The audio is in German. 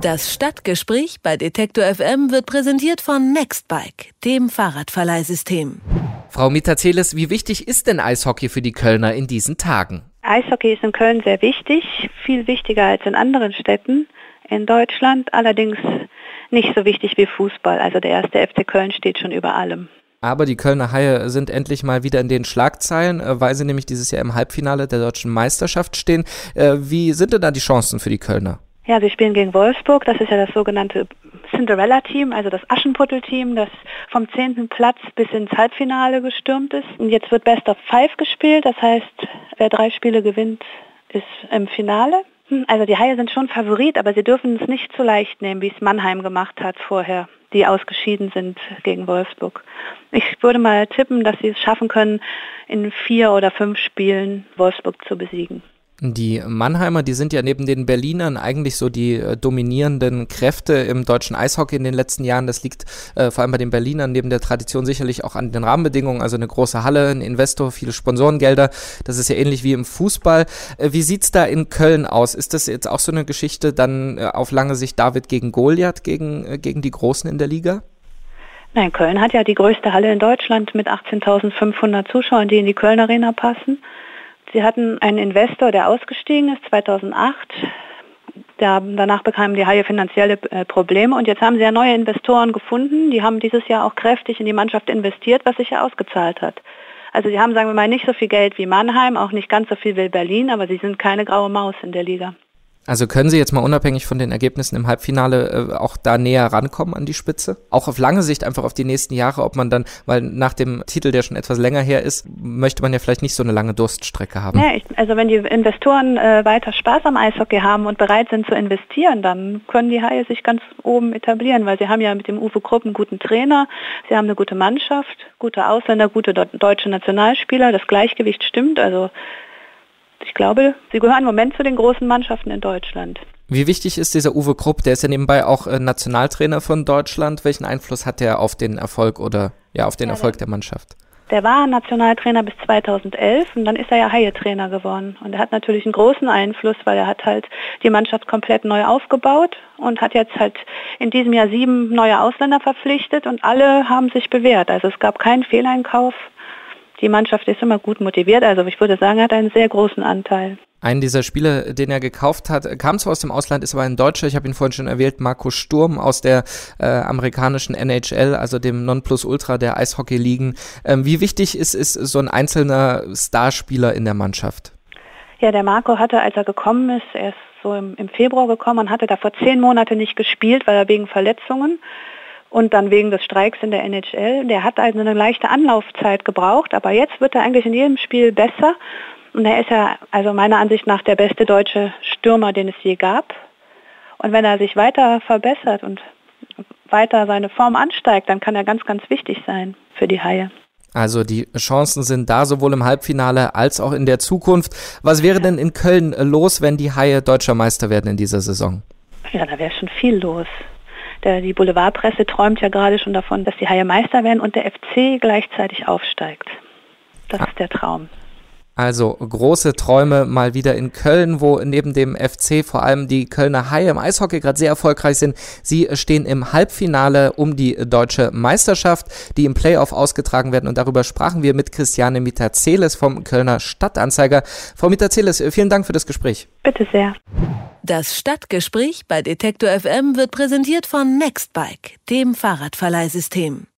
Das Stadtgespräch bei Detektor FM wird präsentiert von Nextbike, dem Fahrradverleihsystem. Frau Mitazeles, wie wichtig ist denn Eishockey für die Kölner in diesen Tagen? Eishockey ist in Köln sehr wichtig, viel wichtiger als in anderen Städten in Deutschland, allerdings nicht so wichtig wie Fußball. Also der erste FC Köln steht schon über allem. Aber die Kölner Haie sind endlich mal wieder in den Schlagzeilen, weil sie nämlich dieses Jahr im Halbfinale der Deutschen Meisterschaft stehen. Wie sind denn da die Chancen für die Kölner? Ja, sie spielen gegen Wolfsburg. Das ist ja das sogenannte Cinderella-Team, also das Aschenputtel-Team, das vom 10. Platz bis ins Halbfinale gestürmt ist. Und jetzt wird Best of 5 gespielt. Das heißt, wer 3 Spiele gewinnt, ist im Finale. Also die Haie sind schon Favorit, aber sie dürfen es nicht zu leicht nehmen, wie es Mannheim gemacht hat vorher, die ausgeschieden sind gegen Wolfsburg. Ich würde mal tippen, dass sie es schaffen können, in 4 oder 5 Spielen Wolfsburg zu besiegen. Die Mannheimer, die sind ja neben den Berlinern eigentlich so die dominierenden Kräfte im deutschen Eishockey in den letzten Jahren. Das liegt vor allem bei den Berlinern neben der Tradition sicherlich auch an den Rahmenbedingungen, also eine große Halle, ein Investor, viele Sponsorengelder. Das ist ja ähnlich wie im Fußball. Wie sieht's da in Köln aus? Ist das jetzt auch so eine Geschichte dann auf lange Sicht David gegen Goliath, gegen die Großen in der Liga? Nein, Köln hat ja die größte Halle in Deutschland mit 18.500 Zuschauern, die in die Köln Arena passen. Sie hatten einen Investor, der ausgestiegen ist, 2008. Danach bekamen die Haie finanzielle Probleme und jetzt haben sie ja neue Investoren gefunden. Die haben dieses Jahr auch kräftig in die Mannschaft investiert, was sich ja ausgezahlt hat. Also sie haben, sagen wir mal, nicht so viel Geld wie Mannheim, auch nicht ganz so viel wie Berlin, aber sie sind keine graue Maus in der Liga. Also können Sie jetzt mal unabhängig von den Ergebnissen im Halbfinale auch da näher rankommen an die Spitze? Auch auf lange Sicht, einfach auf die nächsten Jahre, ob man dann, weil nach dem Titel, der schon etwas länger her ist, möchte man ja vielleicht nicht so eine lange Durststrecke haben. Ja, also wenn die Investoren weiter Spaß am Eishockey haben und bereit sind zu investieren, dann können die Haie sich ganz oben etablieren, weil sie haben ja mit dem Uwe Krupp einen guten Trainer, sie haben eine gute Mannschaft, gute Ausländer, gute deutsche Nationalspieler, das Gleichgewicht stimmt, also ich glaube, sie gehören im Moment zu den großen Mannschaften in Deutschland. Wie wichtig ist dieser Uwe Krupp? Der ist ja nebenbei auch Nationaltrainer von Deutschland. Welchen Einfluss hat der auf den Erfolg Erfolg der Mannschaft? Der war Nationaltrainer bis 2011 und dann ist er ja Haie-Trainer geworden. Und er hat natürlich einen großen Einfluss, weil er hat halt die Mannschaft komplett neu aufgebaut und hat jetzt halt in diesem Jahr 7 neue Ausländer verpflichtet und alle haben sich bewährt. Also es gab keinen Fehleinkauf. Die Mannschaft ist immer gut motiviert, also ich würde sagen, er hat einen sehr großen Anteil. Einen dieser Spieler, den er gekauft hat, kam zwar aus dem Ausland, ist aber ein Deutscher, ich habe ihn vorhin schon erwähnt, Marco Sturm aus der amerikanischen NHL, also dem Nonplusultra der Eishockey-Ligen. Wie wichtig ist so ein einzelner Starspieler in der Mannschaft? Ja, der Marco hatte, als er gekommen ist, er ist so im Februar gekommen und hatte davor 10 Monate nicht gespielt, weil er wegen Verletzungen und dann wegen des Streiks in der NHL. Der hat also eine leichte Anlaufzeit gebraucht, aber jetzt wird er eigentlich in jedem Spiel besser. Und er ist ja, also meiner Ansicht nach, der beste deutsche Stürmer, den es je gab. Und wenn er sich weiter verbessert und weiter seine Form ansteigt, dann kann er ganz, ganz wichtig sein für die Haie. Also die Chancen sind da, sowohl im Halbfinale als auch in der Zukunft. Was wäre denn in Köln los, wenn die Haie deutscher Meister werden in dieser Saison? Ja, da wäre schon viel los. Die Boulevardpresse träumt ja gerade schon davon, dass die Haie Meister werden und der FC gleichzeitig aufsteigt. Das ist der Traum. Also große Träume mal wieder in Köln, wo neben dem FC vor allem die Kölner Haie im Eishockey gerade sehr erfolgreich sind. Sie stehen im Halbfinale um die deutsche Meisterschaft, die im Playoff ausgetragen werden. Und darüber sprachen wir mit Christiane Mitazeles vom Kölner Stadtanzeiger. Frau Mitazeles, vielen Dank für das Gespräch. Bitte sehr. Das Stadtgespräch bei Detektor FM wird präsentiert von Nextbike, dem Fahrradverleihsystem.